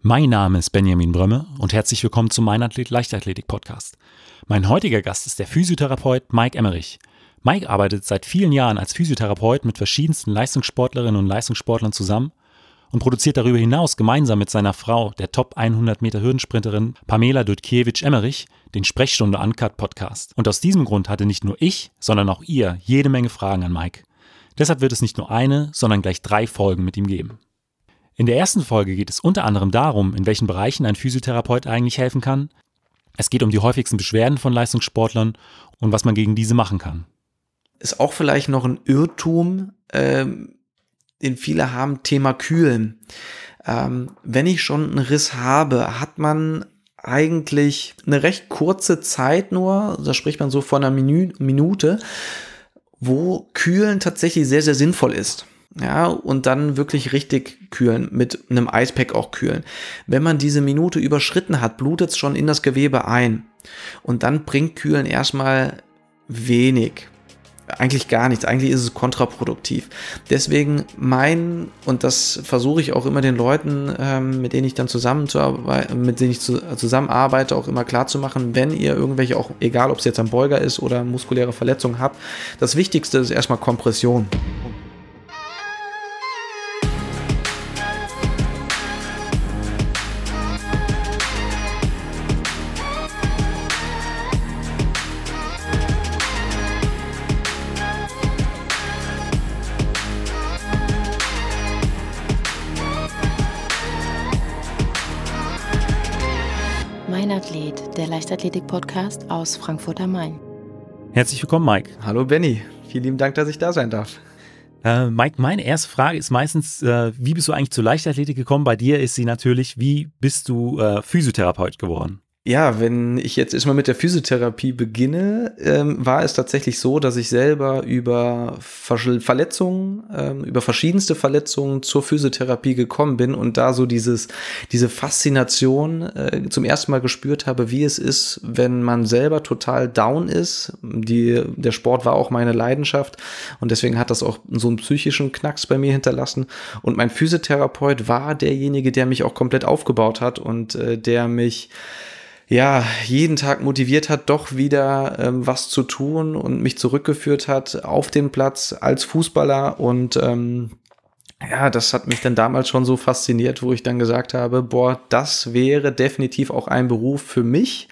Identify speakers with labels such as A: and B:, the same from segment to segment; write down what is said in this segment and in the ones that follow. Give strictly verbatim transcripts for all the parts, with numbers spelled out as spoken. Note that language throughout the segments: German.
A: Mein Name ist Benjamin Brömme und herzlich willkommen zum Mein Athlet Leichtathletik Podcast. Mein heutiger Gast ist der Physiotherapeut Mike Emmerich. Mike arbeitet seit vielen Jahren als Physiotherapeut mit verschiedensten Leistungssportlerinnen und Leistungssportlern zusammen und produziert darüber hinaus gemeinsam mit seiner Frau, der Top hundert Meter Hürdensprinterin Pamela Dutkiewicz-Emmerich, den Sprechstunde Uncut Podcast. Und aus diesem Grund hatte nicht nur ich, sondern auch ihr jede Menge Fragen an Mike. Deshalb wird es nicht nur eine, sondern gleich drei Folgen mit ihm geben. In der ersten Folge geht es unter anderem darum, in welchen Bereichen ein Physiotherapeut eigentlich helfen kann. Es geht um die häufigsten Beschwerden von Leistungssportlern und was man gegen diese machen kann.
B: Ist auch vielleicht noch ein Irrtum, ähm, den viele haben, Thema Kühlen. Ähm, wenn ich schon einen Riss habe, hat man eigentlich eine recht kurze Zeit nur, da spricht man so von einer Minü- Minute, wo Kühlen tatsächlich sehr, sehr sinnvoll ist. Ja, und dann wirklich richtig kühlen, mit einem Eispack auch kühlen. Wenn man diese Minute überschritten hat, blutet es schon in das Gewebe ein. Und dann bringt Kühlen erstmal wenig. Eigentlich gar nichts. Eigentlich ist es kontraproduktiv. Deswegen mein, und das versuche ich auch immer den Leuten, ähm, mit denen ich dann zusammenzuarbeiten, mit denen ich zu, zusammenarbeite, auch immer klar zu machen, wenn ihr irgendwelche, auch egal ob es jetzt ein Beuger ist oder muskuläre Verletzungen habt, das Wichtigste ist erstmal Kompression.
C: Mein Athlet, der Leichtathletik-Podcast aus Frankfurt am Main.
A: Herzlich willkommen, Mike.
B: Hallo Benny, vielen lieben Dank, dass ich da sein darf.
A: Äh, Mike, meine erste Frage ist meistens, äh, wie bist du eigentlich zur Leichtathletik gekommen? Bei dir ist sie natürlich, wie bist du äh, Physiotherapeut geworden?
B: Ja, wenn ich jetzt erstmal mit der Physiotherapie beginne, ähm, war es tatsächlich so, dass ich selber über Ver- Verletzungen, ähm, über verschiedenste Verletzungen zur Physiotherapie gekommen bin und da so dieses, diese Faszination äh, zum ersten Mal gespürt habe, wie es ist, wenn man selber total down ist. Die, der Sport war auch meine Leidenschaft und deswegen hat das auch so einen psychischen Knacks bei mir hinterlassen. Und mein Physiotherapeut war derjenige, der mich auch komplett aufgebaut hat und äh, der mich ja, jeden Tag motiviert hat, doch wieder ähm, was zu tun und mich zurückgeführt hat auf den Platz als Fußballer und ähm, ja, das hat mich dann damals schon so fasziniert, wo ich dann gesagt habe, boah, das wäre definitiv auch ein Beruf für mich,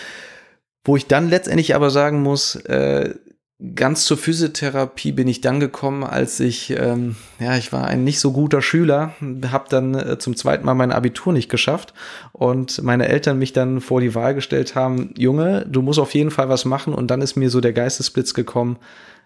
B: wo ich dann letztendlich aber sagen muss, äh, ganz zur Physiotherapie bin ich dann gekommen, als ich, ähm, ja, ich war ein nicht so guter Schüler, habe dann äh, zum zweiten Mal mein Abitur nicht geschafft und meine Eltern mich dann vor die Wahl gestellt haben, Junge, du musst auf jeden Fall was machen und dann ist mir so der Geistesblitz gekommen,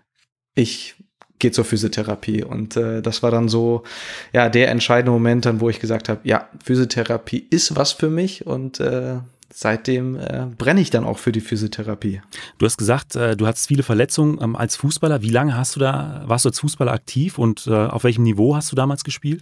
B: ich gehe zur Physiotherapie und äh, das war dann so, ja, der entscheidende Moment dann, wo ich gesagt habe, ja, Physiotherapie ist was für mich und äh, seitdem äh, brenne ich dann auch für die Physiotherapie.
A: Du hast gesagt, äh, du hattest viele Verletzungen ähm, als Fußballer. Wie lange hast du da, warst du als Fußballer aktiv und äh, auf welchem Niveau hast du damals gespielt?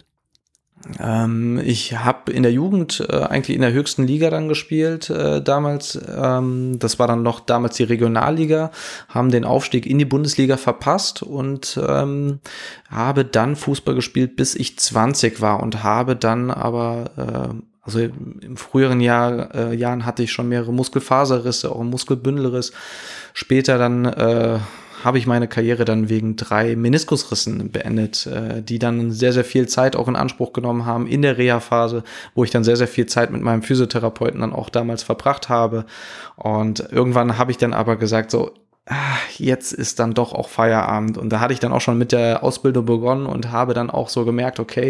B: Ähm, ich habe in der Jugend äh, eigentlich in der höchsten Liga dann gespielt äh, damals. Ähm, das war dann noch damals die Regionalliga, haben den Aufstieg in die Bundesliga verpasst und ähm, habe dann Fußball gespielt, bis ich zwanzig war und habe dann aber äh, Also im früheren Jahr, äh, Jahren hatte ich schon mehrere Muskelfaserrisse, auch einen Muskelbündelriss. Später dann äh, habe ich meine Karriere dann wegen drei Meniskusrissen beendet, äh, die dann sehr, sehr viel Zeit auch in Anspruch genommen haben in der Reha-Phase, wo ich dann sehr, sehr viel Zeit mit meinem Physiotherapeuten dann auch damals verbracht habe. Und irgendwann habe ich dann aber gesagt, so, ah, jetzt ist dann doch auch Feierabend. Und da hatte ich dann auch schon mit der Ausbildung begonnen und habe dann auch so gemerkt, okay,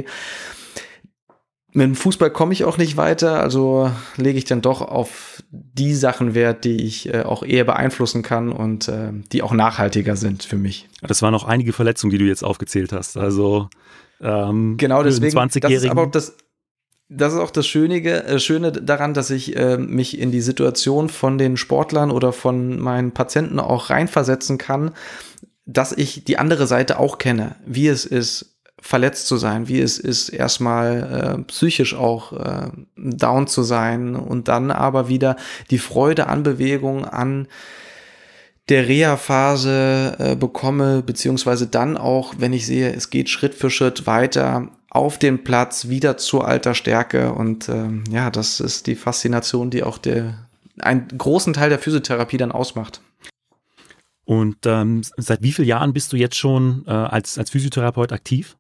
B: mit dem Fußball komme ich auch nicht weiter, also lege ich dann doch auf die Sachen Wert, die ich äh, auch eher beeinflussen kann und äh, die auch nachhaltiger sind für mich.
A: Das waren noch einige Verletzungen, die du jetzt aufgezählt hast. Also ähm,
B: genau deswegen.
A: zwanzigjährigen.
B: Das ist aber auch das, das ist auch das Schöne, äh, Schöne daran, dass ich äh, mich in die Situation von den Sportlern oder von meinen Patienten auch reinversetzen kann, dass ich die andere Seite auch kenne, wie es ist, verletzt zu sein, wie es ist, erstmal äh, psychisch auch äh, down zu sein und dann aber wieder die Freude an Bewegung, an der Reha-Phase äh, bekomme, beziehungsweise dann auch, wenn ich sehe, es geht Schritt für Schritt weiter, auf den Platz, wieder zu alter Stärke. Und ähm, ja, das ist die Faszination, die auch der, einen großen Teil der Physiotherapie dann ausmacht.
A: Und ähm, seit wie vielen Jahren bist du jetzt schon äh, als, als Physiotherapeut aktiv?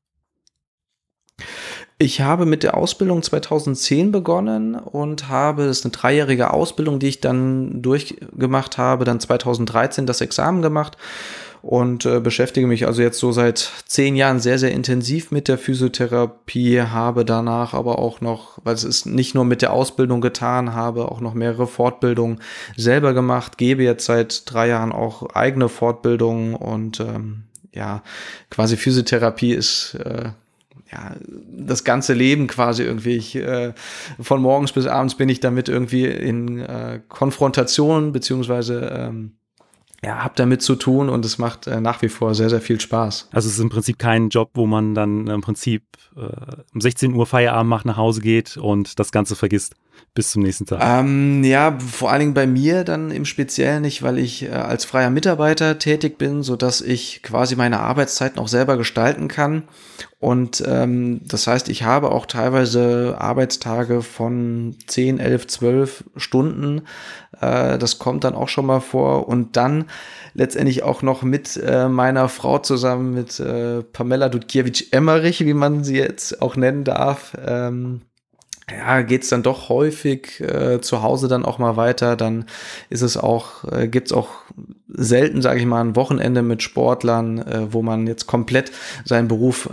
B: Ich habe mit der Ausbildung zweitausendzehn begonnen und habe, das ist eine dreijährige Ausbildung, die ich dann durchgemacht habe, dann zweitausenddreizehn das Examen gemacht und äh, beschäftige mich also jetzt so seit zehn Jahren sehr, sehr intensiv mit der Physiotherapie, habe danach aber auch noch, weil es ist nicht nur mit der Ausbildung getan, habe auch noch mehrere Fortbildungen selber gemacht, gebe jetzt seit drei Jahren auch eigene Fortbildungen und ähm, ja, quasi Physiotherapie ist äh, ja, das ganze Leben quasi irgendwie. Ich, äh, von morgens bis abends bin ich damit irgendwie in äh, Konfrontation, beziehungsweise ähm, ja, habe damit zu tun und es macht äh, nach wie vor sehr, sehr viel Spaß.
A: Also es ist im Prinzip kein Job, wo man dann im Prinzip äh, um sechzehn Uhr Feierabend macht, nach Hause geht und das Ganze vergisst bis zum nächsten Tag.
B: Ähm, ja, vor allen Dingen bei mir dann im Speziellen nicht, weil ich äh, als freier Mitarbeiter tätig bin, sodass ich quasi meine Arbeitszeiten auch selber gestalten kann. Und ähm, das heißt, ich habe auch teilweise Arbeitstage von zehn, elf, zwölf Stunden. Äh, das kommt dann auch schon mal vor. Und dann letztendlich auch noch mit äh, meiner Frau zusammen, mit äh, Pamela Dudkiewicz-Emmerich, wie man sie jetzt auch nennen darf. Ähm, ja, geht's dann doch häufig äh, zu Hause dann auch mal weiter. Dann ist es auch, äh, gibt's auch selten, sage ich mal, ein Wochenende mit Sportlern, äh, wo man jetzt komplett seinen Beruf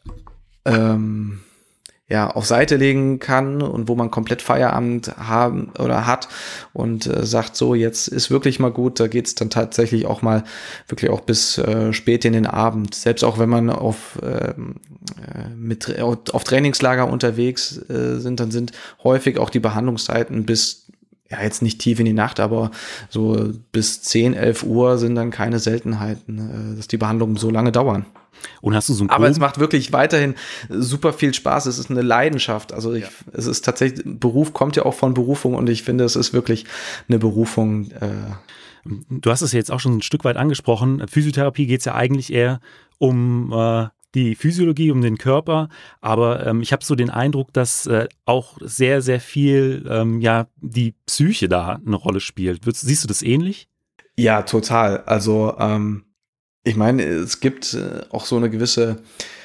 B: ähm, ja, auf Seite legen kann und wo man komplett Feierabend haben oder hat und äh, sagt so, jetzt ist wirklich mal gut, da geht's dann tatsächlich auch mal wirklich auch bis äh, spät in den Abend. Selbst auch wenn man auf ähm, äh, mit auf Trainingslager unterwegs äh, sind, dann sind häufig auch die Behandlungszeiten bis, ja, jetzt nicht tief in die Nacht, aber so bis zehn, elf Uhr sind dann keine Seltenheiten, äh, dass die Behandlungen so lange dauern.
A: Und hast du so einen
B: Aber es macht wirklich weiterhin super viel Spaß. Es ist eine Leidenschaft. Also ich, ja. es ist tatsächlich, Beruf kommt ja auch von Berufung und ich finde, es ist wirklich eine Berufung. Äh
A: du hast es jetzt auch schon ein Stück weit angesprochen. Physiotherapie geht es ja eigentlich eher um äh, die Physiologie, um den Körper. Aber ähm, ich habe so den Eindruck, dass äh, auch sehr, sehr viel ähm, ja die Psyche da eine Rolle spielt. Würdest, siehst du das ähnlich?
B: Ja, total. Also ähm ich meine, es gibt auch so eine gewisse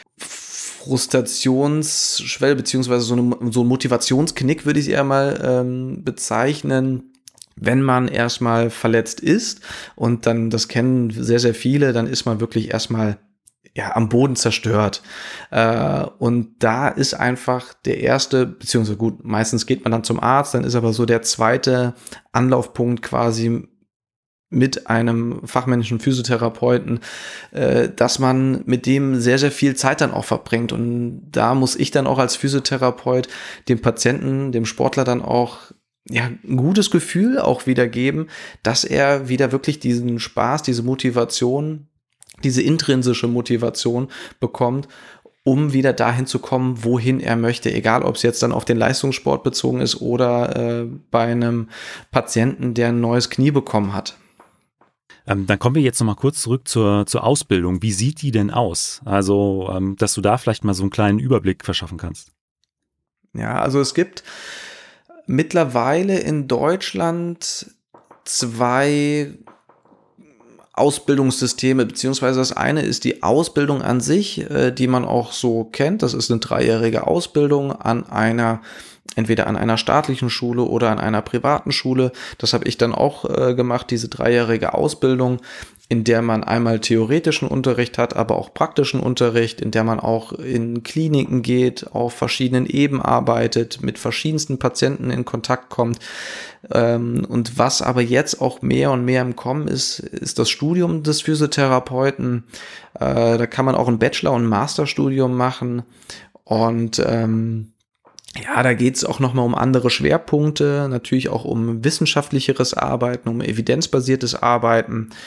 B: Frustrationsschwelle, beziehungsweise so, eine, so ein Motivationsknick, würde ich es eher mal ähm, bezeichnen, wenn man erstmal verletzt ist. Und dann, das kennen sehr, sehr viele, dann ist man wirklich erstmal ja, am Boden zerstört. Äh, und da ist einfach der erste, beziehungsweise gut, meistens geht man dann zum Arzt, dann ist aber so der zweite Anlaufpunkt quasi mit einem fachmännischen Physiotherapeuten, äh, dass man mit dem sehr, sehr viel Zeit dann auch verbringt. Und da muss ich dann auch als Physiotherapeut dem Patienten, dem Sportler dann auch ja, ein gutes Gefühl auch wieder geben, dass er wieder wirklich diesen Spaß, diese Motivation, diese intrinsische Motivation bekommt, um wieder dahin zu kommen, wohin er möchte, egal ob es jetzt dann auf den Leistungssport bezogen ist oder äh, bei einem Patienten, der ein neues Knie bekommen hat.
A: Ähm, dann kommen wir jetzt noch mal kurz zurück zur, zur Ausbildung. Wie sieht die denn aus? Also, ähm, dass du da vielleicht mal so einen kleinen Überblick verschaffen kannst.
B: Ja, also es gibt mittlerweile in Deutschland zwei Ausbildungssysteme, beziehungsweise das eine ist die Ausbildung an sich, äh, die man auch so kennt. Das ist eine dreijährige Ausbildung an einer entweder an einer staatlichen Schule oder an einer privaten Schule. Das habe ich dann auch äh, gemacht, diese dreijährige Ausbildung, in der man einmal theoretischen Unterricht hat, aber auch praktischen Unterricht, in der man auch in Kliniken geht, auf verschiedenen Ebenen arbeitet, mit verschiedensten Patienten in Kontakt kommt. Ähm, und was aber jetzt auch mehr und mehr im Kommen ist, ist das Studium des Physiotherapeuten. Äh, da kann man auch ein Bachelor- und Masterstudium machen. Und ähm, ja, da geht es auch nochmal um andere Schwerpunkte, natürlich auch um wissenschaftlicheres Arbeiten, um evidenzbasiertes Arbeiten.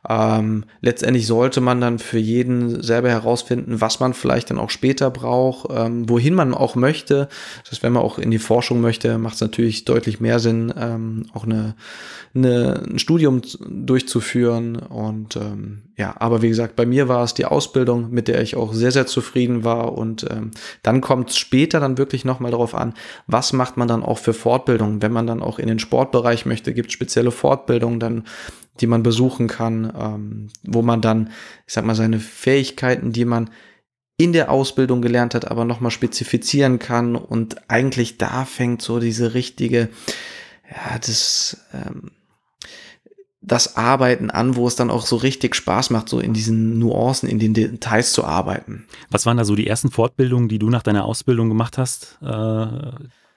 B: Ähm, letztendlich sollte man dann für jeden selber herausfinden, was man vielleicht dann auch später braucht, ähm, wohin man auch möchte. Das heißt, wenn man auch in die Forschung möchte, macht es natürlich deutlich mehr Sinn, ähm, auch eine, eine, ein Studium durchzuführen. Und ähm, ja, aber wie gesagt, bei mir war es die Ausbildung, mit der ich auch sehr, sehr zufrieden war. Und ähm, dann kommt es später dann wirklich nochmal darauf an, was macht man dann auch für Fortbildungen. Wenn man dann auch in den Sportbereich möchte, gibt es spezielle Fortbildungen dann, die man besuchen kann, ähm, wo man dann, ich sag mal, seine Fähigkeiten, die man in der Ausbildung gelernt hat, aber nochmal spezifizieren kann. Und eigentlich da fängt so diese richtige, ja, das, ähm, das Arbeiten an, wo es dann auch so richtig Spaß macht, so in diesen Nuancen, in den Details zu arbeiten.
A: Was waren da so die ersten Fortbildungen, die du nach deiner Ausbildung gemacht hast? Äh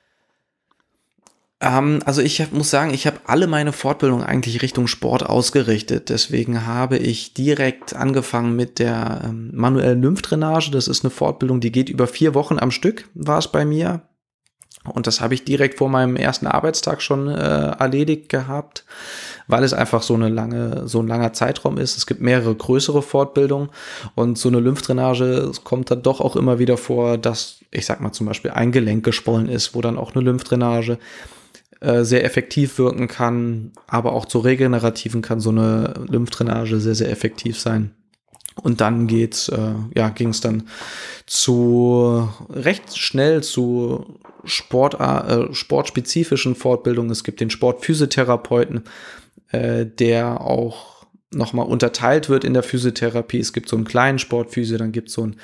B: Ähm, also ich hab, muss sagen, ich habe alle meine Fortbildungen eigentlich Richtung Sport ausgerichtet. Deswegen habe ich direkt angefangen mit der ähm, manuellen Lymphdrainage. Das ist eine Fortbildung, die geht über vier Wochen am Stück, war es bei mir. Und das habe ich direkt vor meinem ersten Arbeitstag schon äh, erledigt gehabt, weil es einfach so eine lange, so ein langer Zeitraum ist. Es gibt mehrere größere Fortbildungen und so eine Lymphdrainage, es kommt dann doch auch immer wieder vor, dass, ich sag mal zum Beispiel ein Gelenk geschwollen ist, wo dann auch eine Lymphdrainage äh, sehr effektiv wirken kann, aber auch zu regenerativen kann so eine Lymphdrainage sehr, sehr effektiv sein. Und dann geht's, äh, ja, ging es dann zu recht schnell zu Sport, äh, sportspezifischen Fortbildungen. Es gibt den Sportphysiotherapeuten, äh, der auch nochmal unterteilt wird in der Physiotherapie. Es gibt so einen kleinen Sportphysio, dann gibt es so einen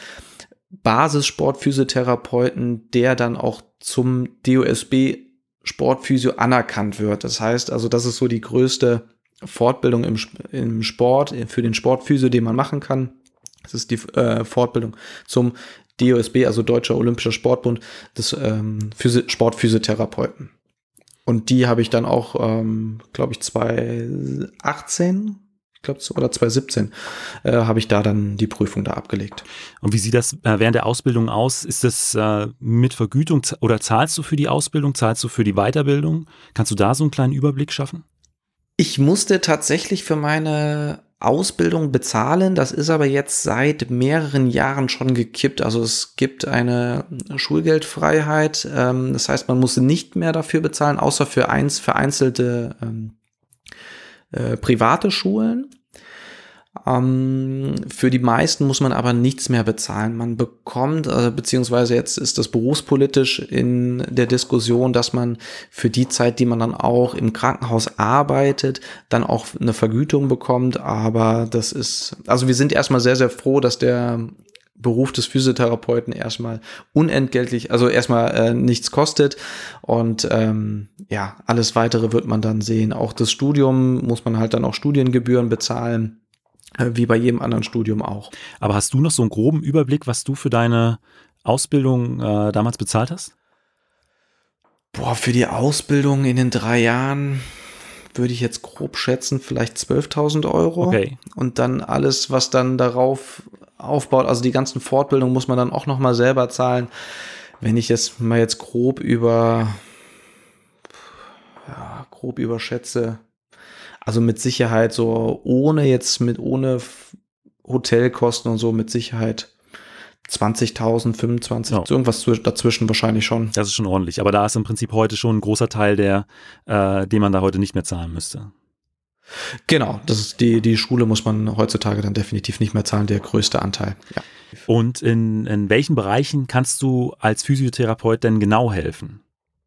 B: Basissportphysiotherapeuten, der dann auch zum D O S B Sportphysio anerkannt wird. Das heißt also, das ist so die größte Fortbildung im, im Sport, für den Sportphysio, den man machen kann. Das ist die äh, Fortbildung zum D O S B, also Deutscher Olympischer Sportbund, des ähm, Physi- Sportphysiotherapeuten. Und die habe ich dann auch, ähm, glaube ich, zwanzig achtzehn, ich glaube, oder zwanzig siebzehn, äh, habe ich da dann die Prüfung da abgelegt.
A: Und wie sieht das äh, während der Ausbildung aus? Ist das äh, mit Vergütung z- oder zahlst du für die Ausbildung, zahlst du für die Weiterbildung? Kannst du da so einen kleinen Überblick schaffen?
B: Ich musste tatsächlich für meine Ausbildung bezahlen. Das ist aber jetzt seit mehreren Jahren schon gekippt. Also es gibt eine Schulgeldfreiheit. Ähm, das heißt, man musste nicht mehr dafür bezahlen, außer für eins vereinzelte ähm, äh, private Schulen. Ähm, für die meisten muss man aber nichts mehr bezahlen. Man bekommt, äh, beziehungsweise jetzt ist das berufspolitisch in der Diskussion, dass man für die Zeit, die man dann auch im Krankenhaus arbeitet, dann auch eine Vergütung bekommt. Aber das ist, also wir sind erstmal sehr, sehr froh, dass der Beruf des Physiotherapeuten erstmal unentgeltlich, also erstmal äh, nichts kostet und ähm, ja, alles weitere wird man dann sehen. Auch das Studium muss man halt dann auch Studiengebühren bezahlen. Wie bei jedem anderen Studium auch.
A: Aber hast du noch so einen groben Überblick, was du für deine Ausbildung äh, damals bezahlt hast?
B: Boah, für die Ausbildung in den drei Jahren würde ich jetzt grob schätzen, vielleicht zwölftausend Euro.
A: Okay.
B: Und dann alles, was dann darauf aufbaut, also die ganzen Fortbildungen muss man dann auch nochmal selber zahlen. Wenn ich jetzt mal jetzt grob über, ja, grob überschätze, also mit Sicherheit so ohne jetzt mit ohne Hotelkosten und so mit Sicherheit zwanzigtausend, fünfundzwanzig,
A: Ja.
B: irgendwas dazwischen wahrscheinlich schon.
A: Das ist schon ordentlich. Aber da ist im Prinzip heute schon ein großer Teil, der, äh, den man da heute nicht mehr zahlen müsste.
B: Genau, das ist die, die Schule muss man heutzutage dann definitiv nicht mehr zahlen, der größte Anteil. Ja.
A: Und in, in welchen Bereichen kannst du als Physiotherapeut denn genau helfen?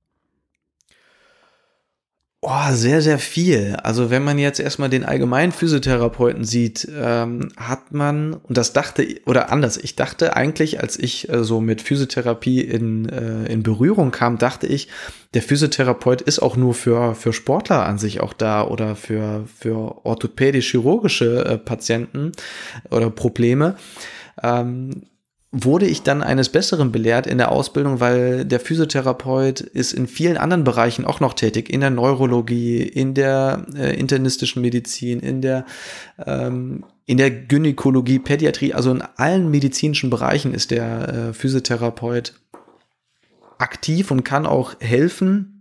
B: Oh, sehr, sehr viel. Also wenn man jetzt erstmal den allgemeinen Physiotherapeuten sieht, ähm, hat man, und das dachte, oder anders, ich dachte eigentlich, als ich äh, so mit Physiotherapie in, äh, in Berührung kam, dachte ich, der Physiotherapeut ist auch nur für, für Sportler an sich auch da oder für, für orthopädisch-chirurgische äh, Patienten oder Probleme. Ähm, wurde ich dann eines Besseren belehrt in der Ausbildung, weil der Physiotherapeut ist in vielen anderen Bereichen auch noch tätig, in der Neurologie, in der äh, internistischen Medizin, in der ähm, in der Gynäkologie, Pädiatrie, also in allen medizinischen Bereichen ist der äh, Physiotherapeut aktiv und kann auch helfen.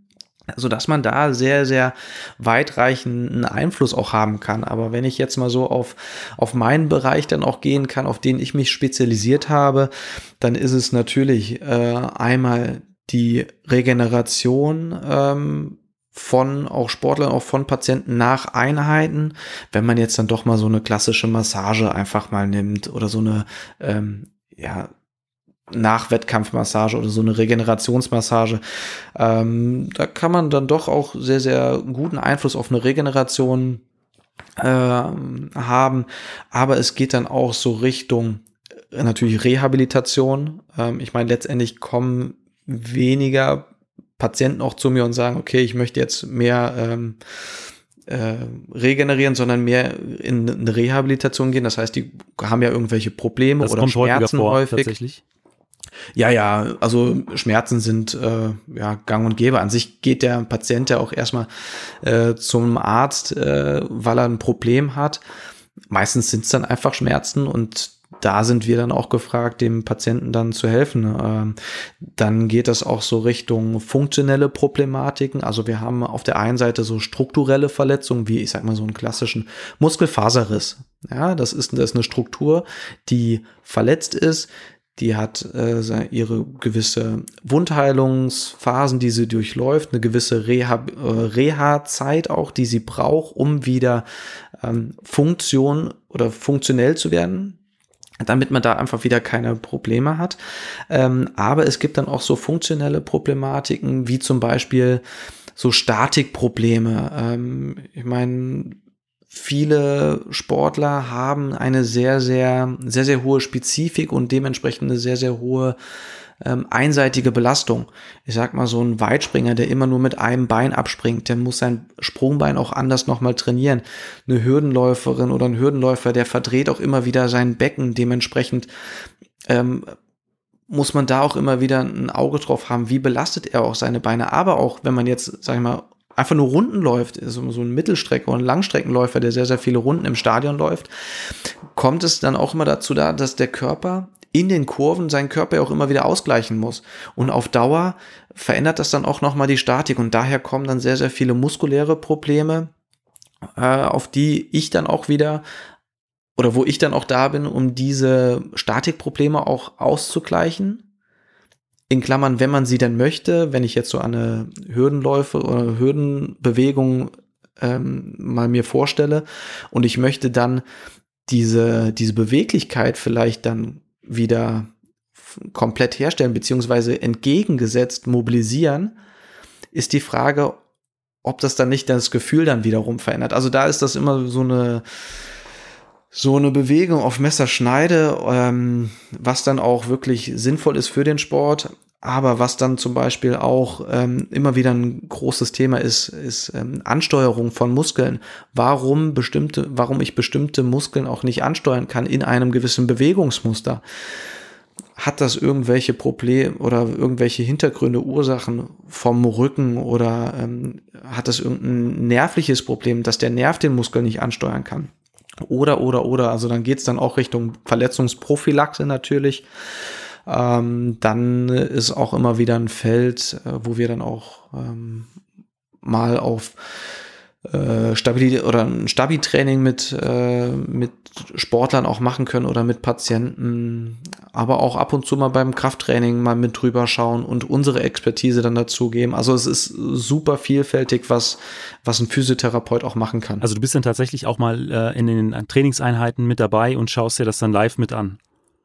B: sodass man da sehr, sehr weitreichenden Einfluss auch haben kann. Aber wenn ich jetzt mal so auf, auf meinen Bereich dann auch gehen kann, auf den ich mich spezialisiert habe, dann ist es natürlich äh, einmal die Regeneration ähm, von auch Sportlern, auch von Patienten nach Einheiten. Wenn man jetzt dann doch mal so eine klassische Massage einfach mal nimmt oder so eine, ähm, ja, Nach-Wettkampfmassage oder so eine Regenerationsmassage. Ähm, da kann man dann doch auch sehr, sehr guten Einfluss auf eine Regeneration äh, haben. Aber es geht dann auch so Richtung äh, natürlich Rehabilitation. Ähm, ich meine, letztendlich kommen weniger Patienten auch zu mir und sagen, okay, ich möchte jetzt mehr ähm, äh, regenerieren, sondern mehr in eine Rehabilitation gehen. Das heißt, die haben ja irgendwelche Probleme
A: das
B: oder
A: kommt
B: Schmerzen
A: vor,
B: häufig.
A: Tatsächlich.
B: Ja, ja, also Schmerzen sind äh, ja gang und gäbe. An sich geht der Patient ja auch erstmal äh, zum Arzt, äh, weil er ein Problem hat. Meistens sind es dann einfach Schmerzen und da sind wir dann auch gefragt, dem Patienten dann zu helfen. Ähm, dann geht das auch so Richtung funktionelle Problematiken. Also wir haben auf der einen Seite so strukturelle Verletzungen, wie ich sag mal so einen klassischen Muskelfaserriss. Ja, das ist, das ist eine Struktur, die verletzt ist. Die hat äh, ihre gewisse Wundheilungsphasen, die sie durchläuft, eine gewisse Reha, äh, Reha-Zeit auch, die sie braucht, um wieder ähm, Funktion oder funktionell zu werden, damit man da einfach wieder keine Probleme hat. Ähm, aber es gibt dann auch so funktionelle Problematiken, wie zum Beispiel so Statikprobleme. Ähm, ich meine, viele Sportler haben eine sehr, sehr, sehr, sehr hohe Spezifik und dementsprechend eine sehr, sehr hohe ähm, einseitige Belastung. Ich sag mal, so ein Weitspringer, der immer nur mit einem Bein abspringt, der muss sein Sprungbein auch anders nochmal trainieren. Eine Hürdenläuferin oder ein Hürdenläufer, der verdreht auch immer wieder sein Becken. Dementsprechend ähm, muss man da auch immer wieder ein Auge drauf haben, wie belastet er auch seine Beine. Aber auch, wenn man jetzt, sag ich mal, einfach nur Runden läuft, so, so ein Mittelstrecke- oder ein Langstreckenläufer, der sehr, sehr viele Runden im Stadion läuft, kommt es dann auch immer dazu da, dass der Körper in den Kurven seinen Körper auch immer wieder ausgleichen muss. Und auf Dauer verändert das dann auch nochmal die Statik und daher kommen dann sehr, sehr viele muskuläre Probleme, äh, auf die ich dann auch wieder oder wo ich dann auch da bin, um diese Statikprobleme auch auszugleichen. In Klammern, wenn man sie denn möchte, wenn ich jetzt so eine Hürdenläufe oder Hürdenbewegung ähm, mal mir vorstelle und ich möchte dann diese, diese Beweglichkeit vielleicht dann wieder komplett herstellen, beziehungsweise entgegengesetzt mobilisieren, ist die Frage, ob das dann nicht das Gefühl dann wiederum verändert. Also da ist das immer so eine So eine Bewegung auf Messerschneide, ähm, was dann auch wirklich sinnvoll ist für den Sport, aber was dann zum Beispiel auch ähm, immer wieder ein großes Thema ist, ist ähm, Ansteuerung von Muskeln. Warum bestimmte, warum ich bestimmte Muskeln auch nicht ansteuern kann in einem gewissen Bewegungsmuster. Hat das irgendwelche Probleme oder irgendwelche Hintergründe, Ursachen vom Rücken oder ähm, hat das irgendein nervliches Problem, dass der Nerv den Muskel nicht ansteuern kann? Oder, oder, oder, also dann geht's dann auch Richtung Verletzungsprophylaxe natürlich. Ähm, dann ist auch immer wieder ein Feld, äh, wo wir dann auch ähm, mal auf äh, Stabilität oder ein Stabi-Training mit, äh, mit Sportlern auch machen können oder mit Patienten, aber auch ab und zu mal beim Krafttraining mal mit drüber schauen und unsere Expertise dann dazugeben. Also es ist super vielfältig, was, was ein Physiotherapeut auch machen kann.
A: Also du bist dann tatsächlich auch mal äh, in den Trainingseinheiten mit dabei und schaust dir das dann live mit an?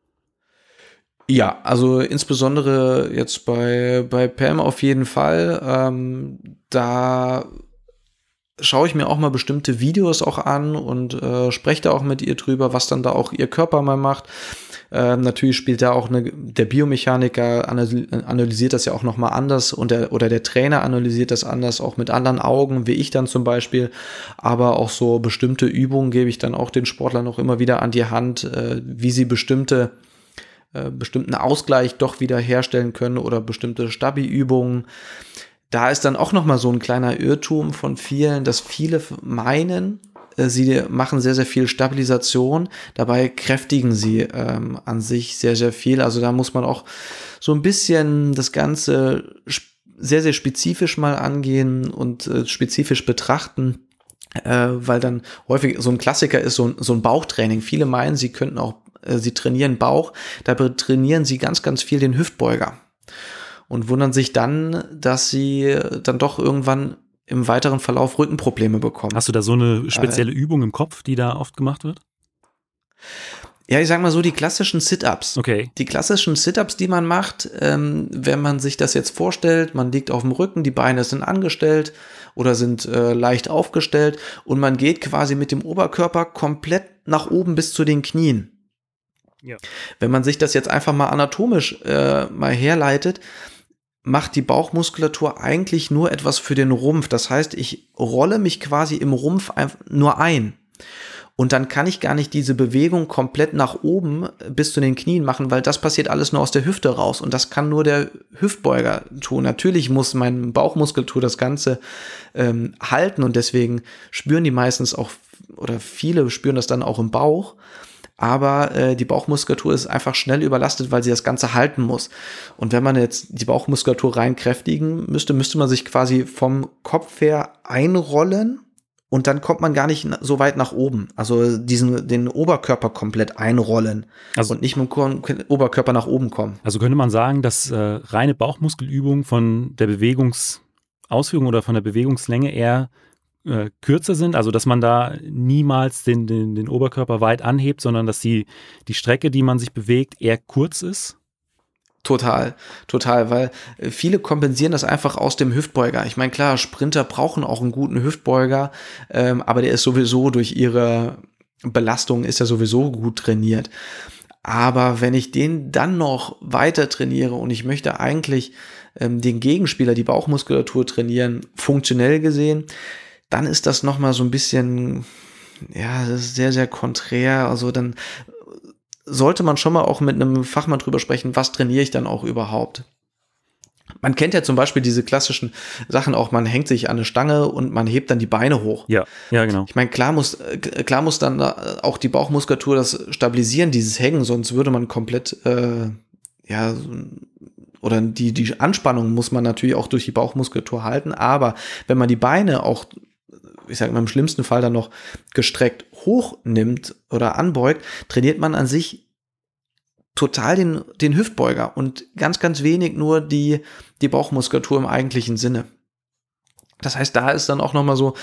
B: Ja, also insbesondere jetzt bei, bei Pam auf jeden Fall. Ähm, da schaue ich mir auch mal bestimmte Videos auch an und äh, spreche da auch mit ihr drüber, was dann da auch ihr Körper mal macht. Ähm, natürlich spielt da auch eine, der Biomechaniker analysiert das ja auch nochmal anders und der, oder der Trainer analysiert das anders, auch mit anderen Augen, wie ich dann zum Beispiel. Aber auch so bestimmte Übungen gebe ich dann auch den Sportlern noch immer wieder an die Hand, äh, wie sie bestimmte äh, bestimmten Ausgleich doch wieder herstellen können oder bestimmte Stabi-Übungen. Da ist dann auch nochmal so ein kleiner Irrtum von vielen, dass viele meinen, sie machen sehr, sehr viel Stabilisation, dabei kräftigen sie ähm, an sich sehr, sehr viel. Also da muss man auch so ein bisschen das Ganze sehr, sehr spezifisch mal angehen und äh, spezifisch betrachten, äh, weil dann häufig so ein Klassiker ist, so, so ein Bauchtraining. Viele meinen, sie könnten auch, äh, sie trainieren Bauch, dabei trainieren sie ganz, ganz viel den Hüftbeuger und wundern sich dann, dass sie dann doch irgendwann im weiteren Verlauf Rückenprobleme bekommen.
A: Hast du da so eine spezielle äh, Übung im Kopf, die da oft gemacht wird?
B: Ja, ich sag mal so, die klassischen Sit-Ups.
A: Okay.
B: Die klassischen Sit-Ups, die man macht, ähm, wenn man sich das jetzt vorstellt, man liegt auf dem Rücken, die Beine sind angestellt oder sind äh, leicht aufgestellt und man geht quasi mit dem Oberkörper komplett nach oben bis zu den Knien. Ja. Wenn man sich das jetzt einfach mal anatomisch äh, mal herleitet, macht die Bauchmuskulatur eigentlich nur etwas für den Rumpf. Das heißt, ich rolle mich quasi im Rumpf nur ein. Und dann kann ich gar nicht diese Bewegung komplett nach oben bis zu den Knien machen, weil das passiert alles nur aus der Hüfte raus. Und das kann nur der Hüftbeuger tun. Natürlich muss meine Bauchmuskulatur das Ganze ähm, halten und deswegen spüren die meistens auch, oder viele spüren das dann auch im Bauch. Aber äh, die Bauchmuskulatur ist einfach schnell überlastet, weil sie das Ganze halten muss. Und wenn man jetzt die Bauchmuskulatur rein kräftigen müsste, müsste man sich quasi vom Kopf her einrollen und dann kommt man gar nicht so weit nach oben. Also diesen den Oberkörper komplett einrollen also, und nicht mit dem Oberkörper nach oben kommen.
A: Also könnte man sagen, dass äh, reine Bauchmuskelübungen von der Bewegungsausführung oder von der Bewegungslänge eher Äh, kürzer sind, also dass man da niemals den, den, den Oberkörper weit anhebt, sondern dass die, die Strecke, die man sich bewegt, eher kurz ist?
B: Total, total, weil viele kompensieren das einfach aus dem Hüftbeuger. Ich meine, klar, Sprinter brauchen auch einen guten Hüftbeuger, ähm, aber der ist sowieso durch ihre Belastung, ist er sowieso gut trainiert. Aber wenn ich den dann noch weiter trainiere und ich möchte eigentlich ähm, den Gegenspieler, die Bauchmuskulatur trainieren, funktionell gesehen, dann ist das nochmal so ein bisschen, ja, das ist sehr, sehr konträr. Also dann sollte man schon mal auch mit einem Fachmann drüber sprechen, was trainiere ich dann auch überhaupt. Man kennt ja zum Beispiel diese klassischen Sachen auch, man hängt sich an eine Stange und man hebt dann die Beine hoch.
A: Ja, ja, genau.
B: Ich meine, klar muss, klar muss dann auch die Bauchmuskulatur das stabilisieren, dieses Hängen, sonst würde man komplett, äh, ja, oder die, die Anspannung muss man natürlich auch durch die Bauchmuskulatur halten, aber wenn man die Beine auch, ich sage mal im schlimmsten Fall dann noch gestreckt hochnimmt oder anbeugt, trainiert man an sich total den, den Hüftbeuger und ganz, ganz wenig nur die, die Bauchmuskulatur im eigentlichen Sinne. Das heißt, da ist dann auch nochmal so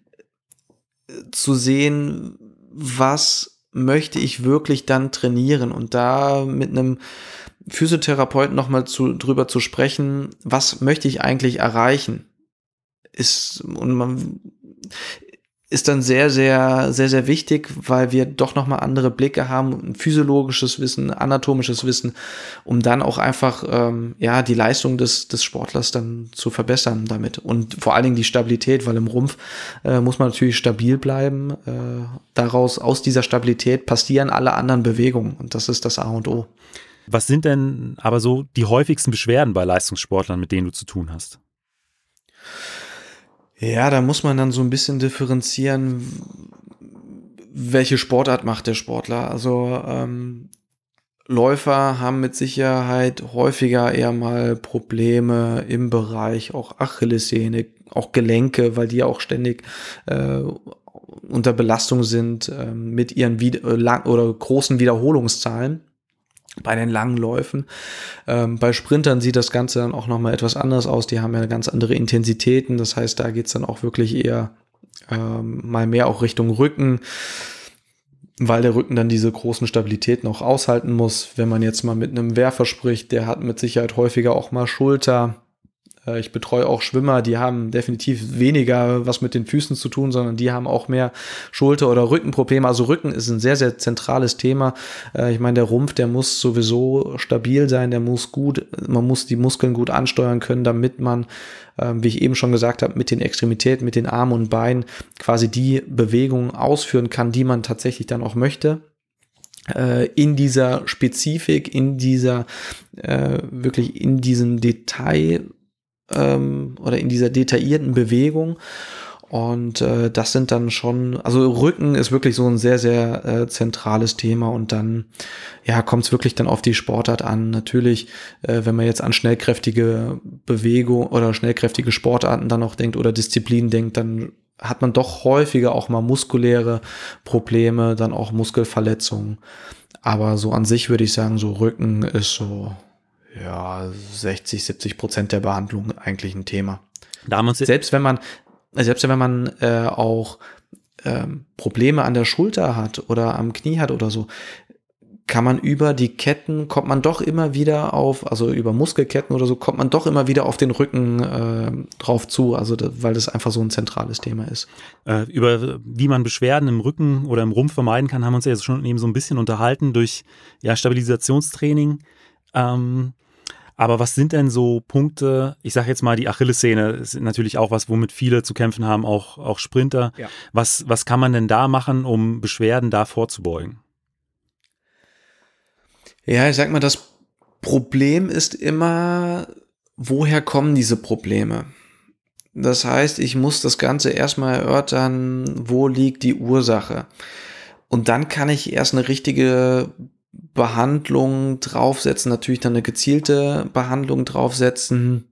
B: zu sehen, was möchte ich wirklich dann trainieren und da mit einem Physiotherapeuten nochmal zu, drüber zu sprechen, was möchte ich eigentlich erreichen, ist, und man ist dann sehr, sehr, sehr, sehr wichtig, weil wir doch nochmal andere Blicke haben, ein physiologisches Wissen, anatomisches Wissen, um dann auch einfach, ähm, ja, die Leistung des, des Sportlers dann zu verbessern damit und vor allen Dingen die Stabilität, weil im Rumpf äh, muss man natürlich stabil bleiben, äh, daraus, aus dieser Stabilität passieren alle anderen Bewegungen und das ist das A und O.
A: Was sind denn aber so die häufigsten Beschwerden bei Leistungssportlern, mit denen du zu tun hast?
B: Ja, da muss man dann so ein bisschen differenzieren, welche Sportart macht der Sportler. Also ähm, Läufer haben mit Sicherheit häufiger eher mal Probleme im Bereich auch Achillessehne, auch Gelenke, weil die auch ständig äh, unter Belastung sind äh, mit ihren Wied- äh, lang- oder großen Wiederholungszahlen. Bei den langen Läufen. Ähm, bei Sprintern sieht das Ganze dann auch nochmal etwas anders aus. Die haben ja ganz andere Intensitäten. Das heißt, da geht's dann auch wirklich eher ähm, mal mehr auch Richtung Rücken, weil der Rücken dann diese großen Stabilitäten auch aushalten muss. Wenn man jetzt mal mit einem Werfer spricht, der hat mit Sicherheit häufiger auch mal Schulter. Ich betreue auch Schwimmer, die haben definitiv weniger was mit den Füßen zu tun, sondern die haben auch mehr Schulter- oder Rückenprobleme. Also Rücken ist ein sehr, sehr zentrales Thema. Ich meine, der Rumpf, der muss sowieso stabil sein, der muss gut, man muss die Muskeln gut ansteuern können, damit man, wie ich eben schon gesagt habe, mit den Extremitäten, mit den Armen und Beinen quasi die Bewegungen ausführen kann, die man tatsächlich dann auch möchte. In dieser Spezifik, in dieser, wirklich in diesem Detail, oder in dieser detaillierten Bewegung. Und äh, das sind dann schon, also Rücken ist wirklich so ein sehr, sehr äh, zentrales Thema. Und dann, ja, kommt es wirklich dann auf die Sportart an. Natürlich, äh, wenn man jetzt an schnellkräftige Bewegung oder schnellkräftige Sportarten dann auch denkt oder Disziplinen denkt, dann hat man doch häufiger auch mal muskuläre Probleme, dann auch Muskelverletzungen. Aber so an sich würde ich sagen, so Rücken ist so, ja, sechzig, siebzig Prozent der Behandlung eigentlich ein Thema.
A: Da haben wir uns
B: Selbst wenn man, selbst wenn man äh, auch ähm, Probleme an der Schulter hat oder am Knie hat oder so, kann man über die Ketten, kommt man doch immer wieder auf, also über Muskelketten oder so, kommt man doch immer wieder auf den Rücken äh, drauf zu, also da, weil das einfach so ein zentrales Thema ist.
A: Äh, über wie man Beschwerden im Rücken oder im Rumpf vermeiden kann, haben wir uns ja jetzt schon eben so ein bisschen unterhalten durch ja, Stabilisationstraining. Ähm, aber was sind denn so Punkte, ich sage jetzt mal, die Achillessehne ist natürlich auch was, womit viele zu kämpfen haben, auch, auch Sprinter. Ja. Was, was kann man denn da machen, um Beschwerden da vorzubeugen?
B: Ja, ich sag mal, das Problem ist immer, woher kommen diese Probleme? Das heißt, ich muss das Ganze erstmal erörtern, wo liegt die Ursache? Und dann kann ich erst eine richtige Behandlung draufsetzen, natürlich dann eine gezielte Behandlung draufsetzen.